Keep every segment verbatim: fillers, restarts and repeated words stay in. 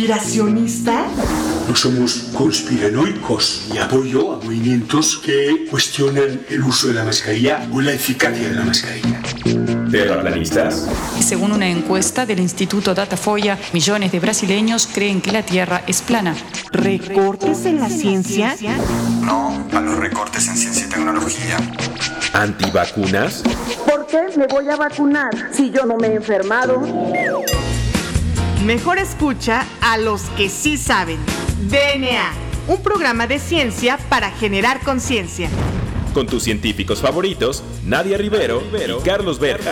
conspiracionista? No somos conspiranoicos y apoyo a movimientos que cuestionan el uso de la mascarilla o la eficacia de la mascarilla. ¿Terraplanistas? Según una encuesta del Instituto Datafolha, millones de brasileños creen que la Tierra es plana. ¿Recortes en la ciencia? No a los recortes en ciencia y tecnología. ¿Antivacunas? ¿Por qué me voy a vacunar si yo no me he enfermado? Mejor escucha a los que sí saben. D N A, un programa de ciencia para generar conciencia. Con tus científicos favoritos, Nadia Rivero y Carlos Berja.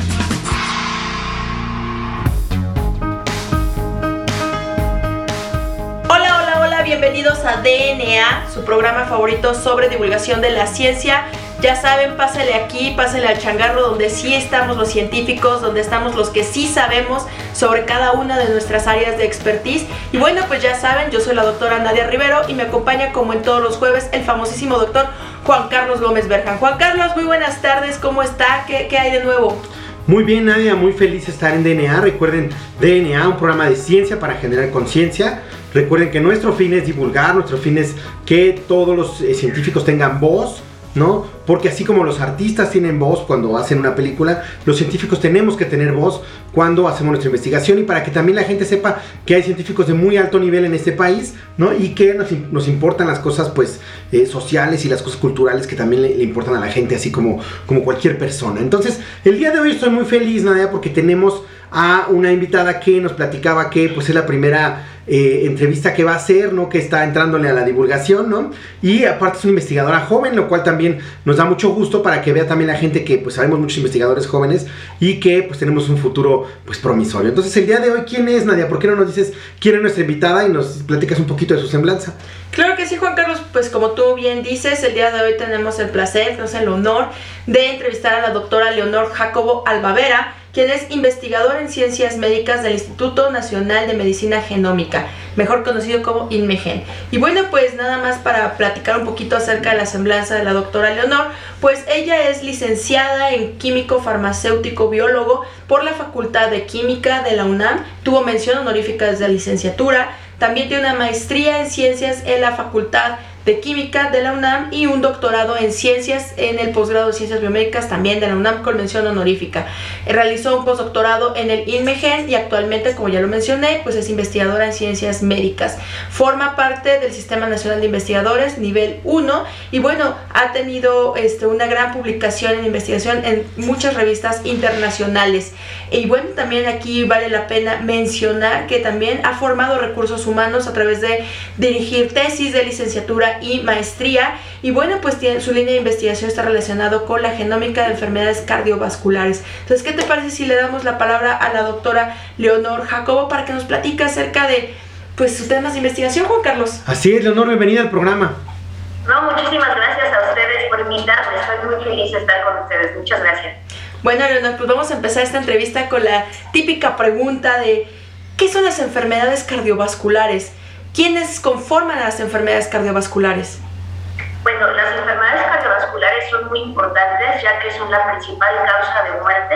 Hola, hola, hola, bienvenidos a D N A, su programa favorito sobre divulgación de la ciencia. Ya saben, pásale aquí, pásale al changarro donde sí estamos los científicos, donde estamos los que sí sabemos sobre cada una de nuestras áreas de expertise. Y bueno, pues ya saben, yo soy la doctora Nadia Rivero y me acompaña como en todos los jueves el famosísimo doctor Juan Carlos Gómez Berjan. Juan Carlos, muy buenas tardes, ¿cómo está? ¿Qué, qué hay de nuevo? Muy bien, Nadia, muy feliz de estar en D N A. Recuerden, D N A, un programa de ciencia para generar conciencia. Recuerden que nuestro fin es divulgar, nuestro fin es que todos los eh, científicos tengan voz, ¿no? Porque así como los artistas tienen voz cuando hacen una película, los científicos tenemos que tener voz cuando hacemos nuestra investigación, y para que también la gente sepa que hay científicos de muy alto nivel en este país, ¿no? Y que nos, nos importan las cosas pues eh, sociales y las cosas culturales que también le, le importan a la gente, así como, como cualquier persona. Entonces, el día de hoy estoy muy feliz, Nadia, porque tenemos a una invitada que nos platicaba que pues es la primera eh, entrevista que va a hacer, ¿no? Que está entrándole a la divulgación, ¿no? Y aparte es una investigadora joven, lo cual también nos da mucho gusto para que vea también la gente que pues sabemos muchos investigadores jóvenes y que pues tenemos un futuro pues promisorio. Entonces, el día de hoy, ¿quién es, Nadia? ¿Por qué no nos dices quién es nuestra invitada y nos platicas un poquito de su semblanza? Claro que sí, Juan Carlos, pues como tú bien dices, el día de hoy tenemos el placer, tenemos el honor de entrevistar a la doctora Leonor Jacobo Albavera, quien es investigador en ciencias médicas del Instituto Nacional de Medicina Genómica, mejor conocido como INMEGEN. Y bueno, pues nada más para platicar un poquito acerca de la semblanza de la doctora Leonor, pues ella es licenciada en químico farmacéutico biólogo por la Facultad de Química de la UNAM, tuvo mención honorífica desde la licenciatura, también tiene una maestría en ciencias en la Facultad de Química de la UNAM y un doctorado en ciencias en el posgrado de ciencias biomédicas también de la UNAM con mención honorífica. Realizó un postdoctorado en el INMEGEN y actualmente, como ya lo mencioné, pues es investigadora en ciencias médicas. Forma parte del Sistema Nacional de Investigadores nivel uno y bueno, ha tenido este, una gran publicación en investigación en muchas revistas internacionales. Y bueno, también aquí vale la pena mencionar que también ha formado recursos humanos a través de dirigir tesis de licenciatura y maestría, y bueno, pues tiene, su línea de investigación está relacionado con la genómica de enfermedades cardiovasculares. Entonces, ¿qué te parece si le damos la palabra a la doctora Leonor Jacobo para que nos platique acerca de pues sus temas de investigación, Juan Carlos? Así es, Leonor, bienvenida al programa. No, muchísimas gracias a ustedes por invitarme, estoy muy feliz de estar con ustedes, muchas gracias. Bueno, Leonor, pues vamos a empezar esta entrevista con la típica pregunta de ¿qué son las enfermedades cardiovasculares? ¿Quiénes conforman a las enfermedades cardiovasculares? Bueno, las enfermedades cardiovasculares son muy importantes ya que son la principal causa de muerte,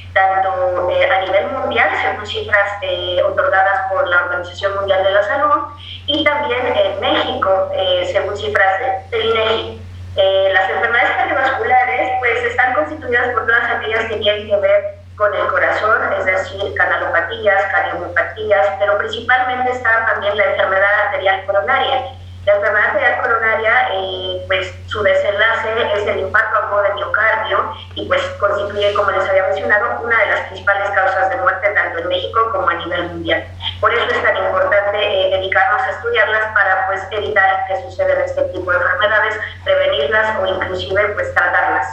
tanto eh, a nivel mundial, según cifras eh, otorgadas por la Organización Mundial de la Salud, y también en México, eh, según cifras del INEGI. Eh, las enfermedades cardiovasculares pues están constituidas por todas aquellas que tienen que ver con el corazón, es decir, canalopatías, cardiomiopatías, pero principalmente está también la enfermedad arterial coronaria. La enfermedad arterial coronaria, eh, pues su desenlace es el infarto agudo de miocardio y pues constituye, como les había mencionado, una de las principales causas de muerte tanto en México como a nivel mundial. Por eso es tan importante eh, dedicarnos a estudiarlas para pues evitar que sucedan este tipo de enfermedades, prevenirlas o inclusive pues tratarlas.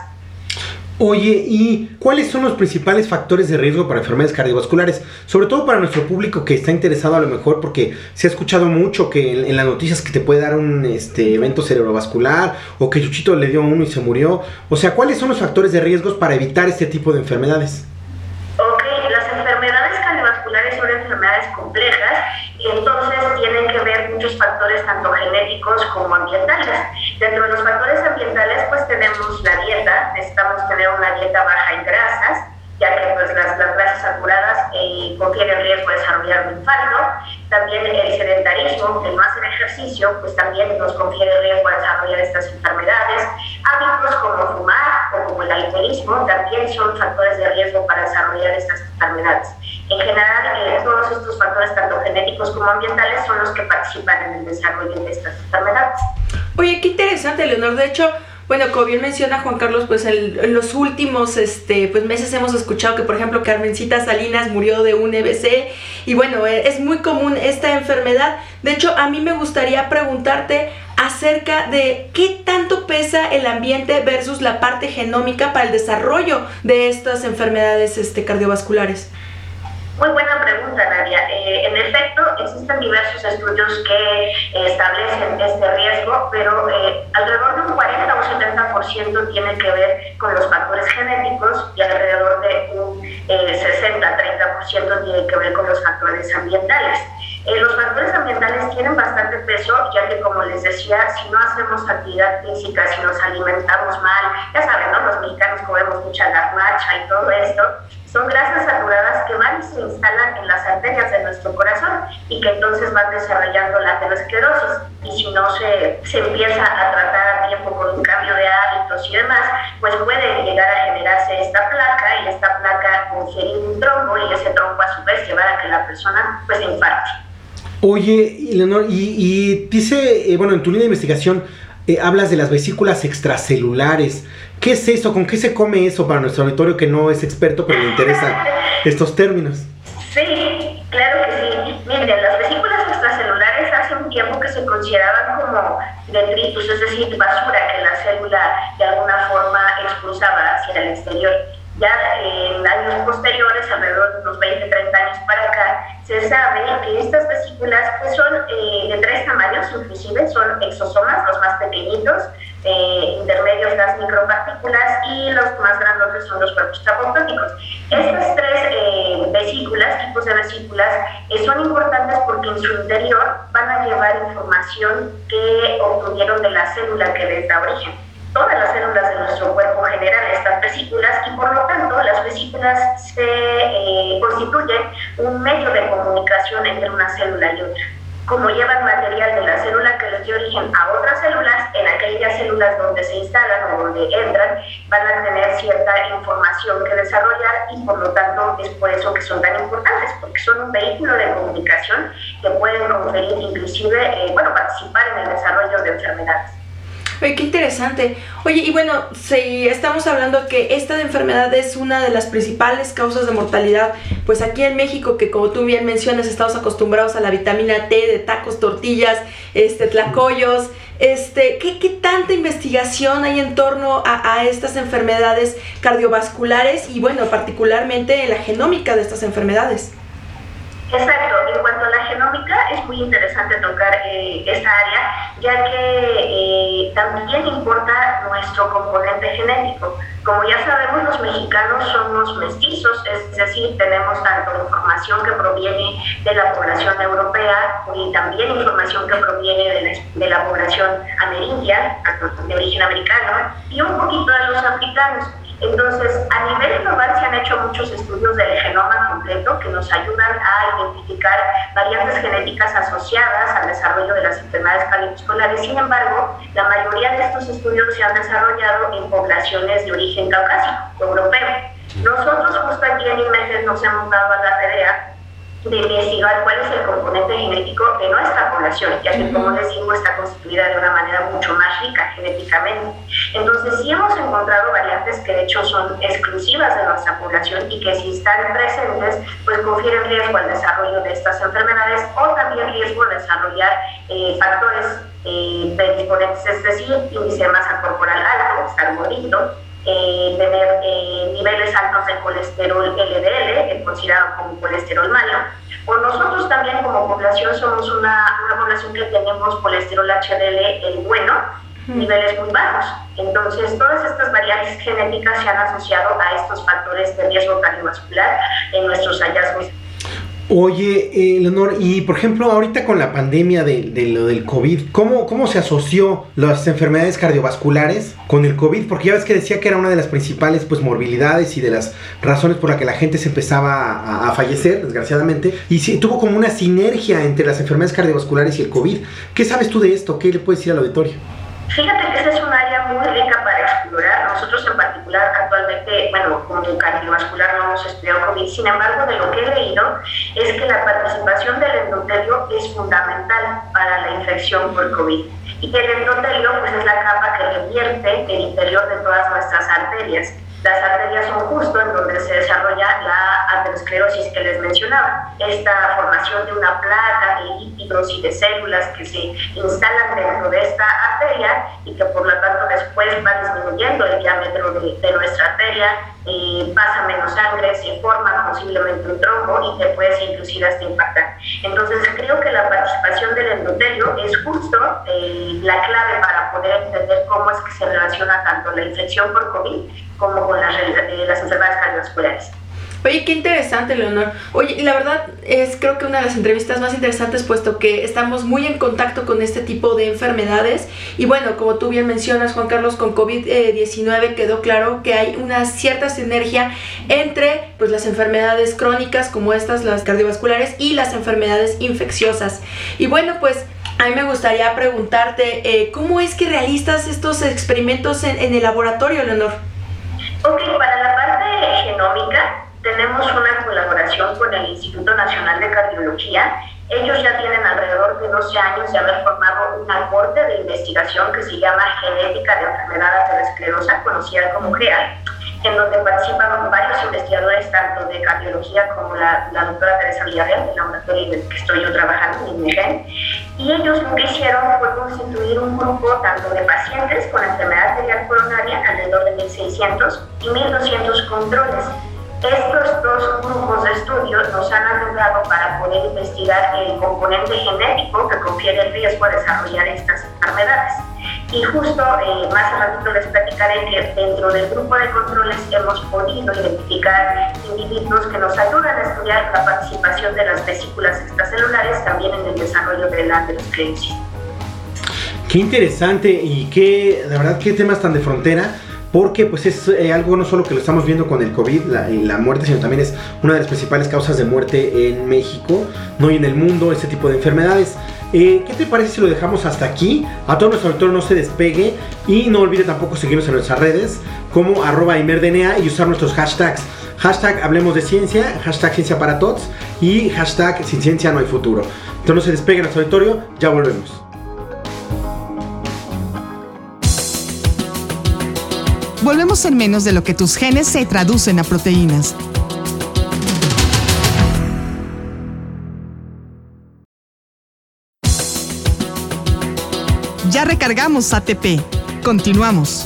Oye, ¿y cuáles son los principales factores de riesgo para enfermedades cardiovasculares? Sobre todo para nuestro público que está interesado a lo mejor, porque se ha escuchado mucho que en, en las noticias que te puede dar un este, evento cerebrovascular o que Chuchito le dio a uno y se murió. O sea, ¿cuáles son los factores de riesgos para evitar este tipo de enfermedades? Ok, las enfermedades cardiovasculares son enfermedades complejas y entonces tienen que ver muchos factores tanto genéticos como ambientales. Dentro de los factores ambientales pues tenemos la dieta, necesitamos tener una dieta baja en grasas, ya que pues, las, las grasas saturadas eh, confieren riesgo de desarrollar un infarto. También el sedentarismo, el no hacer ejercicio, pues también nos confiere riesgo de desarrollar estas enfermedades. Hábitos como fumar o como el alcoholismo también son factores de riesgo para desarrollar estas enfermedades. En general, eh, todos estos factores, tanto genéticos como ambientales, son los que participan en el desarrollo de estas enfermedades. Oye, qué interesante, Leonor. De hecho, bueno, como bien menciona Juan Carlos, pues el, en los últimos este, pues meses hemos escuchado que, por ejemplo, Carmencita Salinas murió de un E B C y bueno, es muy común esta enfermedad. De hecho, a mí me gustaría preguntarte acerca de qué tanto pesa el ambiente versus la parte genómica para el desarrollo de estas enfermedades este, cardiovasculares. Muy buena pregunta, Nadia. Eh, en efecto, existen diversos estudios que eh, establecen este riesgo, pero eh, alrededor de un cuarenta o setenta por ciento tiene que ver con los factores genéticos y alrededor de un eh, sesenta a treinta por ciento tiene que ver con los factores ambientales. Eh, los factores ambientales tienen bastante peso, ya que, como les decía, si no hacemos actividad física, si nos alimentamos mal, ya saben, ¿no? Los mexicanos comemos mucha garnacha y todo esto, son grasas saturadas que van y se instalan en las arterias de nuestro corazón y que entonces van desarrollando la aterosclerosis. Y si no se, se empieza a tratar a tiempo con un cambio de hábitos y demás, pues puede llegar a generarse esta placa y esta placa conferir un trombo y ese trombo a su vez llevar a que la persona pues se infarte. Oye, Leonor, y, y dice, eh, bueno, en tu línea de investigación eh, hablas de las vesículas extracelulares. ¿Qué es eso? ¿Con qué se come eso para nuestro auditorio que no es experto pero le interesan estos términos? Sí, claro que sí. Miren, las vesículas extracelulares hace un tiempo que se consideraban como detritus, es decir, basura que la célula de alguna forma expulsaba hacia el exterior. Ya en años posteriores, alrededor de unos veinte, treinta años para acá, se sabe que estas vesículas pues son eh, de tres tamaños, inclusive son exosomas, los más pequeñitos, eh, intermedios las micropartículas y los más grandes son los cuerpos trapoptóticos. Estas tres eh, vesículas, tipos de vesículas, eh, son importantes porque en su interior van a llevar información que obtuvieron de la célula que les da origen. Todas las células de nuestro cuerpo generan estas vesículas y por lo tanto las vesículas se eh, constituyen un medio de comunicación entre una célula y otra. Como llevan material de la célula que les dio origen a otras células, en aquellas células donde se instalan o donde entran van a tener cierta información que desarrollar y por lo tanto es por eso que son tan importantes, porque son un vehículo de comunicación que pueden conferir inclusive, eh, bueno, participar en el desarrollo de enfermedades. Oye, qué interesante. Oye, y bueno, si estamos hablando que esta enfermedad es una de las principales causas de mortalidad, pues aquí en México, que como tú bien mencionas, estamos acostumbrados a la vitamina T de tacos, tortillas, este, tlacoyos, este, ¿qué, qué tanta investigación hay en torno a, a estas enfermedades cardiovasculares y, bueno, particularmente en la genómica de estas enfermedades? Exacto, en cuanto a la genómica es muy interesante tocar eh, esta área, ya que eh, también importa nuestro componente genético. Como ya sabemos, los mexicanos somos mestizos, es decir, tenemos tanto información que proviene de la población europea y también información que proviene de la, de la población amerindia, de origen americano, y un poquito de los africanos. Entonces, a nivel global se han hecho muchos estudios del genoma completo que nos ayudan a identificar variantes genéticas asociadas al desarrollo de las enfermedades cardiovasculares. Sin embargo, la mayoría de estos estudios se han desarrollado en poblaciones de origen caucásico, europeo. Nosotros justo aquí en Imagen nos hemos dado a la tarea de investigar cuál es el componente genético de nuestra población, ya que, como les digo, está constituida de una manera mucho más rica genéticamente. Entonces, sí hemos encontrado variantes que de hecho son exclusivas de nuestra población y que, si están presentes, pues confieren riesgo al desarrollo de estas enfermedades o también riesgo de desarrollar eh, factores eh, predisponentes, es decir, índice de masa corporal alto, estar gordito, Eh, tener eh, niveles altos de colesterol L D L, que es considerado como colesterol malo, o nosotros también como población somos una, una población que tenemos colesterol H D L el bueno, mm. niveles muy bajos. Entonces, todas estas variantes genéticas se han asociado a estos factores de riesgo cardiovascular en nuestros hallazgos. Oye, eh, Leonor, y por ejemplo, ahorita con la pandemia de, de lo del COVID, ¿cómo, ¿cómo se asoció las enfermedades cardiovasculares con el COVID? Porque ya ves que decía que era una de las principales pues morbilidades y de las razones por las que la gente se empezaba a, a fallecer, desgraciadamente, y sí, tuvo como una sinergia entre las enfermedades cardiovasculares y el COVID. ¿Qué sabes tú de esto? ¿Qué le puedes decir al auditorio? Fíjate que esa es un área muy rica para explorar. Nosotros en particular actualmente, bueno, como cardiovascular no hemos estudiado COVID, sin embargo, de lo que he leído es que la participación del endotelio es fundamental para la infección por COVID. Y que el endotelio pues, es la capa que revierte el interior de todas nuestras arterias. Las arterias son justo en donde se desarrolla la aterosclerosis que les mencionaba, esta formación de una placa de lípidos y de células que se instalan dentro de esta arteria y que por lo tanto después va disminuyendo el diámetro de, de nuestra arteria, eh, pasa menos sangre, se forma posiblemente un trombo y te puedes inclusive hasta impactar. Entonces creo que la participación del endotelio es justo eh, la clave para poder entender cómo es que se relaciona tanto la infección por COVID como con las, eh, las enfermedades cardiovasculares. Oye, qué interesante, Leonor. Oye, y la verdad es creo que una de las entrevistas más interesantes, puesto que estamos muy en contacto con este tipo de enfermedades. Y bueno, como tú bien mencionas, Juan Carlos, con COVID diecinueve quedó claro que hay una cierta sinergia entre pues, las enfermedades crónicas como estas, las cardiovasculares, y las enfermedades infecciosas. Y bueno, pues a mí me gustaría preguntarte, eh, ¿cómo es que realizas estos experimentos en, en el laboratorio, Leonor? Ok, para la parte genómica tenemos una colaboración con el Instituto Nacional de Cardiología. Ellos ya tienen alrededor de doce años de haber formado una corte de investigación que se llama Genética de Enfermedad Aterosclerosa, conocida como GEA, en donde participan varios investigadores tanto de cardiología como la, la doctora Teresa Villarreal, del laboratorio en el que estoy yo trabajando, en INMEGEN. Y ellos lo que hicieron fue constituir un grupo tanto de pacientes con enfermedad arterial coronaria, alrededor de mil seiscientos, y mil doscientos controles. Estos dos grupos de estudio nos han ayudado para poder investigar el componente genético que confiere el riesgo a desarrollar estas enfermedades. Y justo eh, más a ratito les platicaré que dentro del grupo de controles hemos podido identificar individuos que nos ayudan a estudiar la participación de las vesículas extracelulares también en el desarrollo de la aterosclerosis. Qué interesante y qué, la verdad, qué temas tan de frontera. Porque pues es eh, algo no solo que lo estamos viendo con el COVID, la, la muerte, sino también es una de las principales causas de muerte en México, no y en el mundo, este tipo de enfermedades. Eh, ¿Qué te parece si lo dejamos hasta aquí? A todo nuestro auditorio no se despegue y no olvide tampoco seguirnos en nuestras redes como arroba imerdna y usar nuestros hashtags. Hashtag Hablemos de Ciencia, hashtag Ciencia para Tots y hashtag Sin Ciencia no hay futuro. Entonces no se despegue nuestro auditorio, ya volvemos. Volvemos en menos de lo que tus genes se traducen a proteínas. Ya recargamos A T P. Continuamos.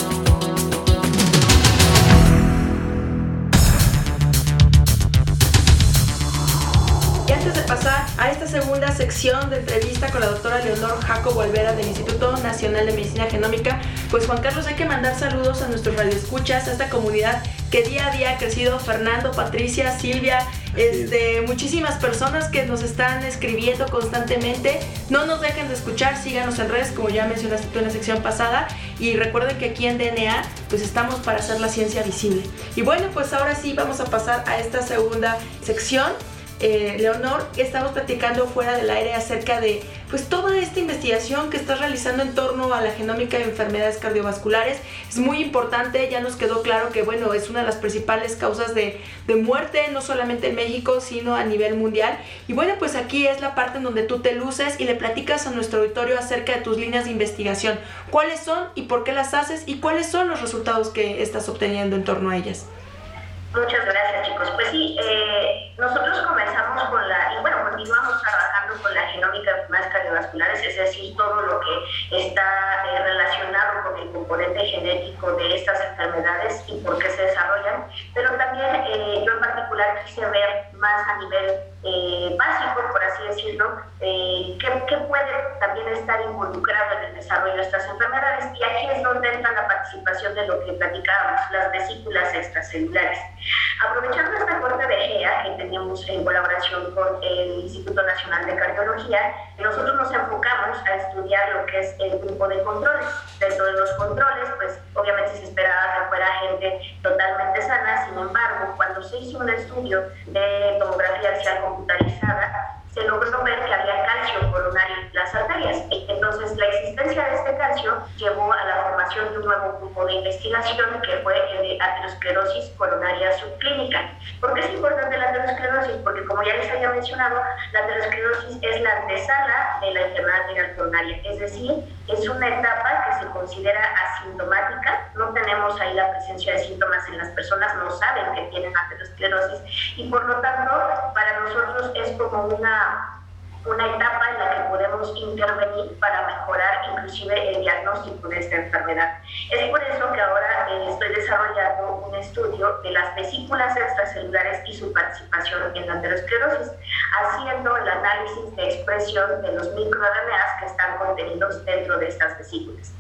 Y antes de pasar a esta segunda sección de entrevista con la doctora Leonor Jacobo Alvera del Instituto Nacional de Medicina Genómica, pues Juan Carlos, hay que mandar saludos a nuestros radioescuchas, a esta comunidad que día a día ha crecido. Fernando, Patricia, Silvia, este, muchísimas personas que nos están escribiendo constantemente. No nos dejen de escuchar, síganos en redes, como ya mencionaste tú en la sección pasada, y recuerden que aquí en D N A pues estamos para hacer la ciencia visible. Y bueno, pues ahora sí vamos a pasar a esta segunda sección. Eh, Leonor, estamos platicando fuera del aire acerca de pues toda esta investigación que estás realizando en torno a la genómica de enfermedades cardiovasculares. Es muy importante, ya nos quedó claro que bueno, es una de las principales causas de, de muerte, no solamente en México, sino a nivel mundial. Y bueno, pues aquí es la parte en donde tú te luces y le platicas a nuestro auditorio acerca de tus líneas de investigación. ¿Cuáles son y por qué las haces y cuáles son los resultados que estás obteniendo en torno a ellas? Muchas gracias, chicos. Pues sí, eh, nosotros comenzamos con la, y bueno, continuamos trabajando con la genómica de enfermedades cardiovasculares, es decir, todo lo que está eh, relacionado con el componente genético de estas enfermedades y por qué se desarrollan, pero también eh, yo en particular quise ver más a nivel eh, básico, por así así decirlo, eh, ¿qué, qué puede también estar involucrado en el desarrollo de estas enfermedades? Y aquí es donde entra la participación de lo que platicábamos, las vesículas extracelulares. Aprovechando esta corte de G E A que tenemos en colaboración con el Instituto Nacional de Cardiología, nosotros nos enfocamos a estudiar lo que es el grupo de controles. Dentro de los controles, pues obviamente se esperaba que fuera gente totalmente sana, sin embargo, cuando se hizo un estudio de tomografía axial computarizada, se logró ver que había calcio coronario en las arterias. Entonces, la existencia de este calcio llevó a la formación de un nuevo grupo de investigación que fue el de aterosclerosis coronaria subclínica. ¿Por qué es importante la aterosclerosis? Porque, como ya les había mencionado, la aterosclerosis es la antesala de la enfermedad renal coronaria, es decir, es una etapa que se considera asintomática, no tenemos ahí la presencia de síntomas en las personas, no saben que tienen aterosclerosis y por lo tanto para nosotros es como una, una etapa en la que podemos intervenir para mejorar inclusive el diagnóstico de esta enfermedad. Es por eso que ahora eh, estoy desarrollando un estudio de las vesículas extracelulares y su participación en la aterosclerosis, haciendo el análisis de expresión de los microRNAs que están contenidos dentro de estas vesículas.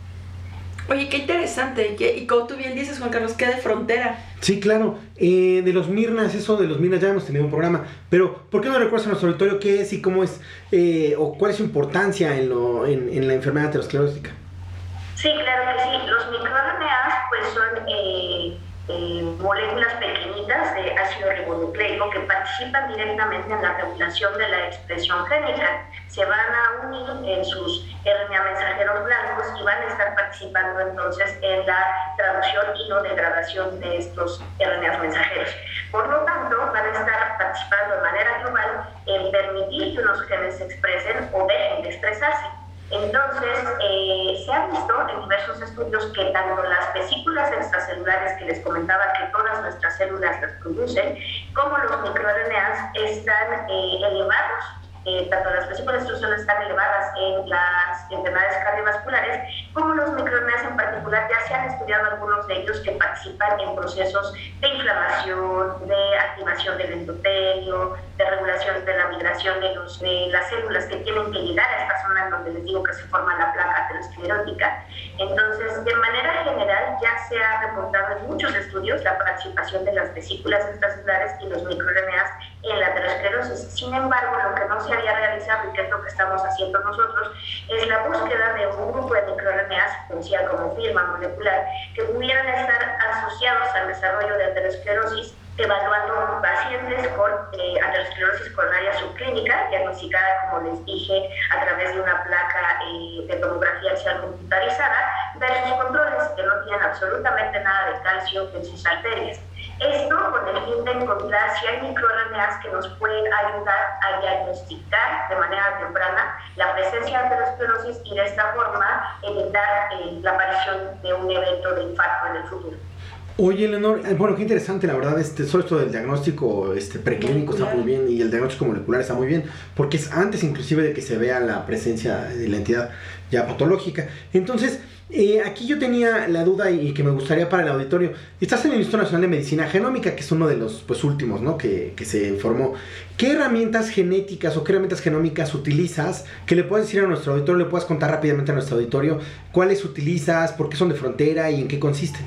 Oye, qué interesante, y como tú bien dices, Juan Carlos, qué de frontera. Sí, claro, eh, de los Mirnas, eso de los Mirnas ya hemos tenido un programa, pero ¿por qué no recuerdas a nuestro auditorio qué es y cómo es, eh, o cuál es su importancia en, lo, en, en la enfermedad aterosclerótica? Sí, claro que sí, los microRNAs pues son eh, eh, moléculas pequeñitas de ácido ribonucleico que participan directamente en la regulación de la expresión génica. Se van a unir en sus R N A mensajeros blancos y van a estar participando entonces en la traducción y no degradación de estos R N A mensajeros. Por lo tanto, van a estar participando de manera global en permitir que unos genes se expresen o dejen de expresarse. Entonces, eh, se ha visto en diversos estudios que tanto las vesículas extracelulares que les comentaba que todas nuestras células las producen, como los microRNAs están eh, elevados. Eh, tanto las vesículas extracelulares están elevadas en las enfermedades cardiovasculares, como los microRNAs en particular. Ya se han estudiado algunos de ellos que participan en procesos de inflamación, de activación del endotelio, de regulación de la migración de, los, de las células que tienen que llegar a esta zona en donde les digo que se forma la placa aterosclerótica. Entonces, de manera general, ya se ha reportado en muchos estudios la participación de las vesículas extracelulares y los microRNAs en la aterosclerosis. Sin embargo, lo que no se había realizado y que es lo que estamos haciendo nosotros es la búsqueda de un grupo de microRNAs, conocida como firma molecular, que pudieran estar asociados al desarrollo de aterosclerosis, evaluando pacientes con eh, aterosclerosis coronaria subclínica, diagnosticada, como les dije, a través de una placa eh, de tomografía axial computarizada, versus controles que no tienen absolutamente nada de calcio en sus arterias. Esto con el fin de encontrar si hay microRNAs que nos pueden ayudar a diagnosticar de manera temprana la presencia de aterosclerosis y de esta forma evitar eh, la aparición de un evento de infarto en el futuro. Oye, Leonor, bueno, qué interesante, la verdad, este, solo esto del diagnóstico este, preclínico está muy bien y el diagnóstico molecular está muy bien, porque es antes inclusive de que se vea la presencia de la entidad ya patológica. Entonces, eh, aquí yo tenía la duda y, y que me gustaría para el auditorio. Estás en el Instituto Nacional de Medicina Genómica, que es uno de los pues, últimos, ¿no? que, que se formó. ¿Qué herramientas genéticas o qué herramientas genómicas utilizas que le puedas decir a nuestro auditorio, le puedas contar rápidamente a nuestro auditorio cuáles utilizas, por qué son de frontera y en qué consisten?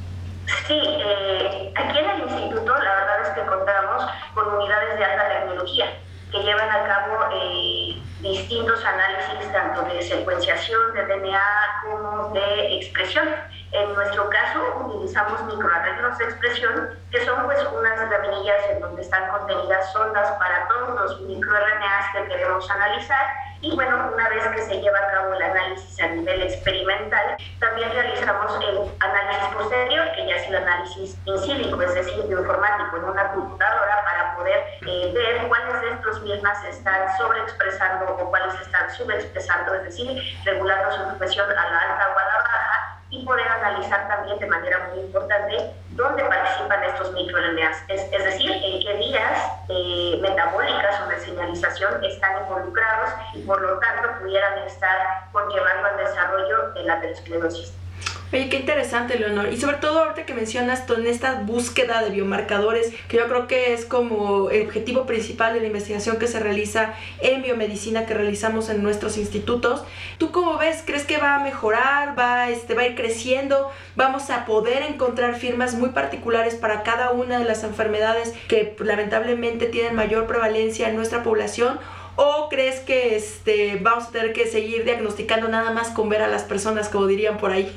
Sí, eh, aquí en el instituto la verdad es que contamos con unidades de alta tecnología que llevan a cabo eh, distintos análisis tanto de secuenciación de D N A como de expresión. En nuestro caso utilizamos microarreglos de expresión, que son pues unas laminillas en donde están contenidas sondas para todos los microRNAs que queremos analizar. Y bueno, una vez que se lleva a cabo el análisis a nivel experimental, también realizamos el análisis posterior, que ya es el análisis in silico, es decir, bioinformático en una computadora, para poder eh, ver cuáles de estos mismas están sobreexpresando o cuáles están subexpresando, es decir, regulando su expresión a la alta o a la baja, y poder analizar también de manera muy importante dónde participan estos microRNAs, es, es decir, en qué vías eh, metabólicas o de señalización están involucrados y por lo tanto pudieran estar conllevando al desarrollo de la aterosclerosis. Oye, qué interesante, Leonor. Y sobre todo ahorita que mencionas tú en esta búsqueda de biomarcadores, que yo creo que es como el objetivo principal de la investigación que se realiza en biomedicina, que realizamos en nuestros institutos. ¿Tú cómo ves? ¿Crees que va a mejorar? ¿Va, este, va a ir creciendo? ¿Vamos a poder encontrar firmas muy particulares para cada una de las enfermedades que lamentablemente tienen mayor prevalencia en nuestra población? ¿O crees que este, vamos a tener que seguir diagnosticando nada más con ver a las personas, como dirían por ahí?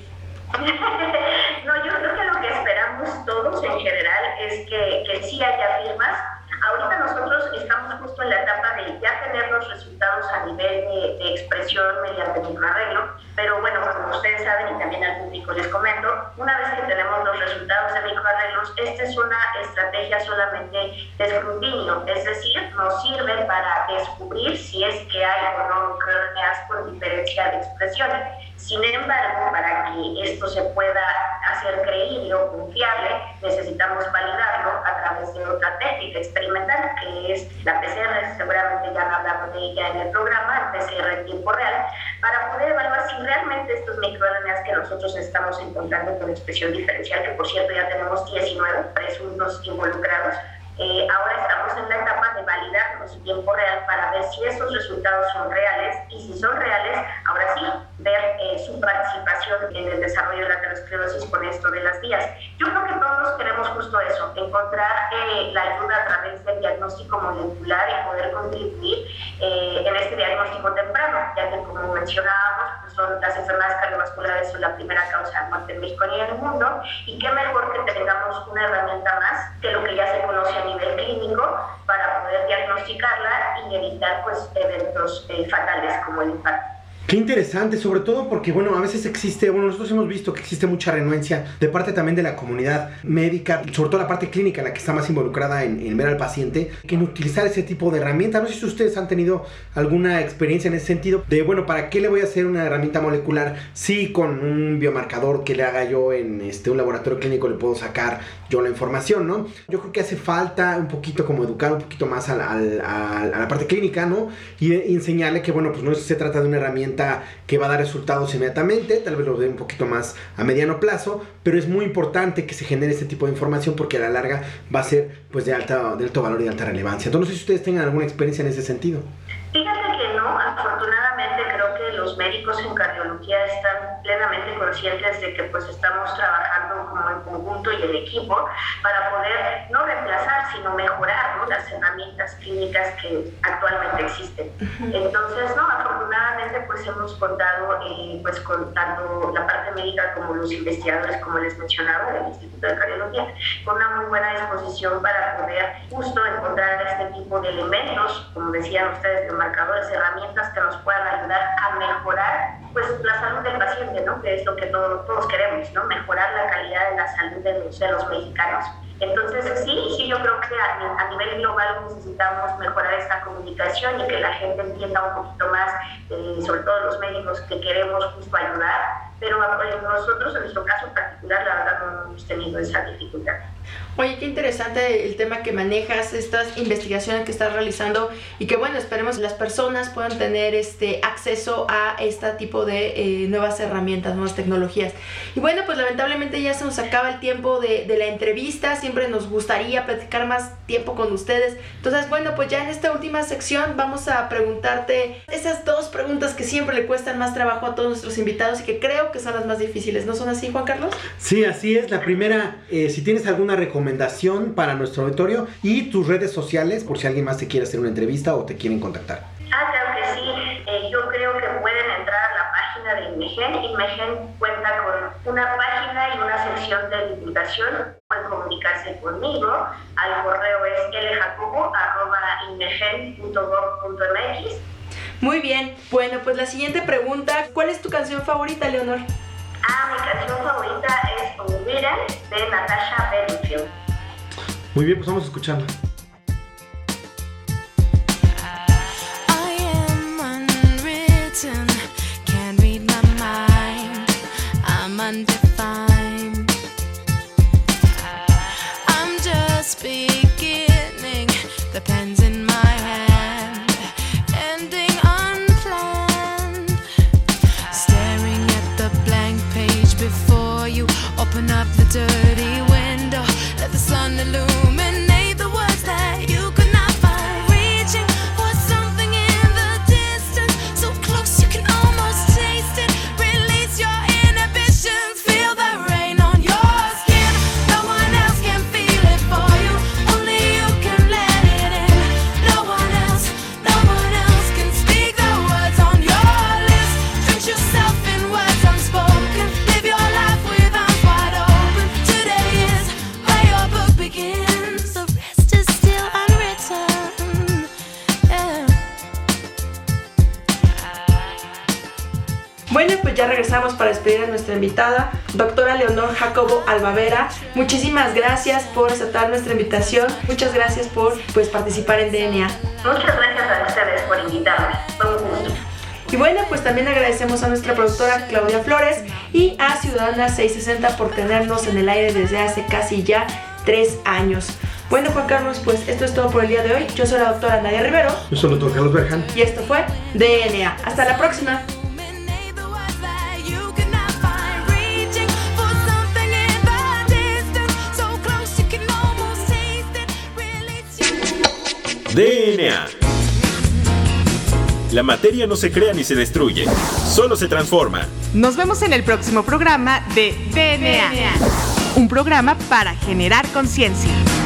No, yo creo que lo que esperamos todos en general es que, que sí haya firmas. Ahorita nosotros estamos justo en la etapa de ya tener los resultados a nivel de, de expresión mediante microarreglo, pero bueno, como ustedes saben y también al público les comento, una vez que tenemos los resultados de microarreglos, esta es una estrategia solamente de escrutinio, es decir, nos sirve para descubrir si es que hay o no microRNAs con diferencia de expresión. Sin embargo, para que esto se pueda hacer creíble o confiable, necesitamos validarlo a través de otra técnica experimental, que es la P C R, seguramente ya han hablado de ella en el programa, P C R en tiempo real, para poder evaluar si realmente estos microRNAs que nosotros estamos encontrando con expresión diferencial, que por cierto ya tenemos diecinueve presuntos involucrados, Eh, ahora estamos en la etapa de validarlos en tiempo real para ver si esos resultados son reales y si son reales, ahora sí, ver eh, su participación en el desarrollo de la aterosclerosis con esto de las vías. Yo creo que todos queremos justo eso, encontrar eh, la ayuda a través del diagnóstico molecular y poder contribuir eh, en este diagnóstico temprano, ya que como mencionábamos, pues son, las enfermedades cardiovasculares son la primera causa de muerte en México y en el mundo, y qué mejor que tengamos una herramienta más que lo que ya se conoce a nivel clínico para poder diagnosticarla y evitar pues eventos eh, fatales como el infarto. Qué interesante, sobre todo porque, bueno, a veces existe, bueno, nosotros hemos visto que existe mucha renuencia de parte también de la comunidad médica, sobre todo la parte clínica, la que está más involucrada en, en ver al paciente, que en utilizar ese tipo de herramientas. No sé si ustedes han tenido alguna experiencia en ese sentido, de, bueno, ¿para qué le voy a hacer una herramienta molecular si con un biomarcador que le haga yo en este, un laboratorio clínico le puedo sacar yo la información, ¿no? Yo creo que hace falta un poquito como educar un poquito más a la, a la, a la parte clínica, ¿no? Y, y enseñarle que, bueno, pues no se trata de una herramienta que va a dar resultados inmediatamente, tal vez lo dé un poquito más a mediano plazo, pero es muy importante que se genere este tipo de información porque a la larga va a ser pues de, alta, de alto valor y de alta relevancia. Entonces, no sé si ustedes tengan alguna experiencia en ese sentido. Fíjate que no, afortunadamente creo que los médicos en cardiología están plenamente conscientes de que pues estamos trabajando como en conjunto y en equipo para poder no reemplazar, sino mejorar, ¿no?, las herramientas clínicas que actualmente existen. Entonces, no, afortunadamente pues hemos contado eh, pues con tanto la parte médica como los investigadores, como les mencionaba, del Instituto de Cardiología, con una muy buena disposición para poder justo encontrar este tipo de elementos, como decían ustedes, de marcadores, herramientas que nos puedan ayudar a mejorar pues la salud del paciente, ¿no?, que es lo que todos, todos queremos, ¿no?, mejorar la calidad de la salud de los, de los mexicanos. Entonces, sí, sí, yo creo que a, a nivel global necesitamos mejorar esta comunicación y que la gente entienda un poquito más, eh, sobre todo los médicos que queremos justo ayudar, pero eh, nosotros en nuestro caso particular la verdad no hemos tenido esa dificultad. Oye, qué interesante el tema que manejas, estas investigaciones que estás realizando y que bueno, esperemos las personas puedan tener este acceso a este tipo de eh, nuevas herramientas, nuevas tecnologías. Y bueno, pues lamentablemente ya se nos acaba el tiempo de, de la entrevista, siempre nos gustaría platicar más tiempo con ustedes. Entonces, bueno, pues ya en esta última sección vamos a preguntarte esas dos preguntas que siempre le cuestan más trabajo a todos nuestros invitados y que creo que son las más difíciles. ¿No son así, Juan Carlos? Sí, así es. La primera, eh, si tienes alguna recomendación para nuestro auditorio y tus redes sociales por si alguien más te quiere hacer una entrevista o te quieren contactar. Ah, claro que sí. Eh, yo creo que pueden entrar a la página de INMEGEN. INMEGEN cuenta con una página y una sección de divulgación. Pueden comunicarse conmigo. Al correo es l jacobo arroba inmegen punto gov punto m x. Muy bien. Bueno, pues la siguiente pregunta, ¿cuál es tu canción favorita, Leonor? Ah, mi canción favorita es Unwritten de Natasha Bedingfield. Muy bien, pues vamos a escucharla. I am unwritten, can't read my mind, I'm undefined, I'm just beginning, the pen's in my hand, ending unplanned, staring at the blank page before Bueno, pues ya regresamos para despedir a nuestra invitada, doctora Leonor Jacobo Albavera. Muchísimas gracias por aceptar nuestra invitación. Muchas gracias por pues participar en D N A. Muchas gracias a ustedes por invitarme. Fue un gusto. Y bueno, pues también agradecemos a nuestra productora Claudia Flores y a Ciudadana seiscientos sesenta por tenernos en el aire desde hace casi ya tres años. Bueno, Juan Carlos, pues esto es todo por el día de hoy. Yo soy la doctora Nadia Rivero. Yo soy el doctor Carlos Berjan. Y esto fue D N A. Hasta la próxima. D N A. La materia no se crea ni se destruye, solo se transforma. Nos vemos en el próximo programa de D N A, un programa para generar conciencia.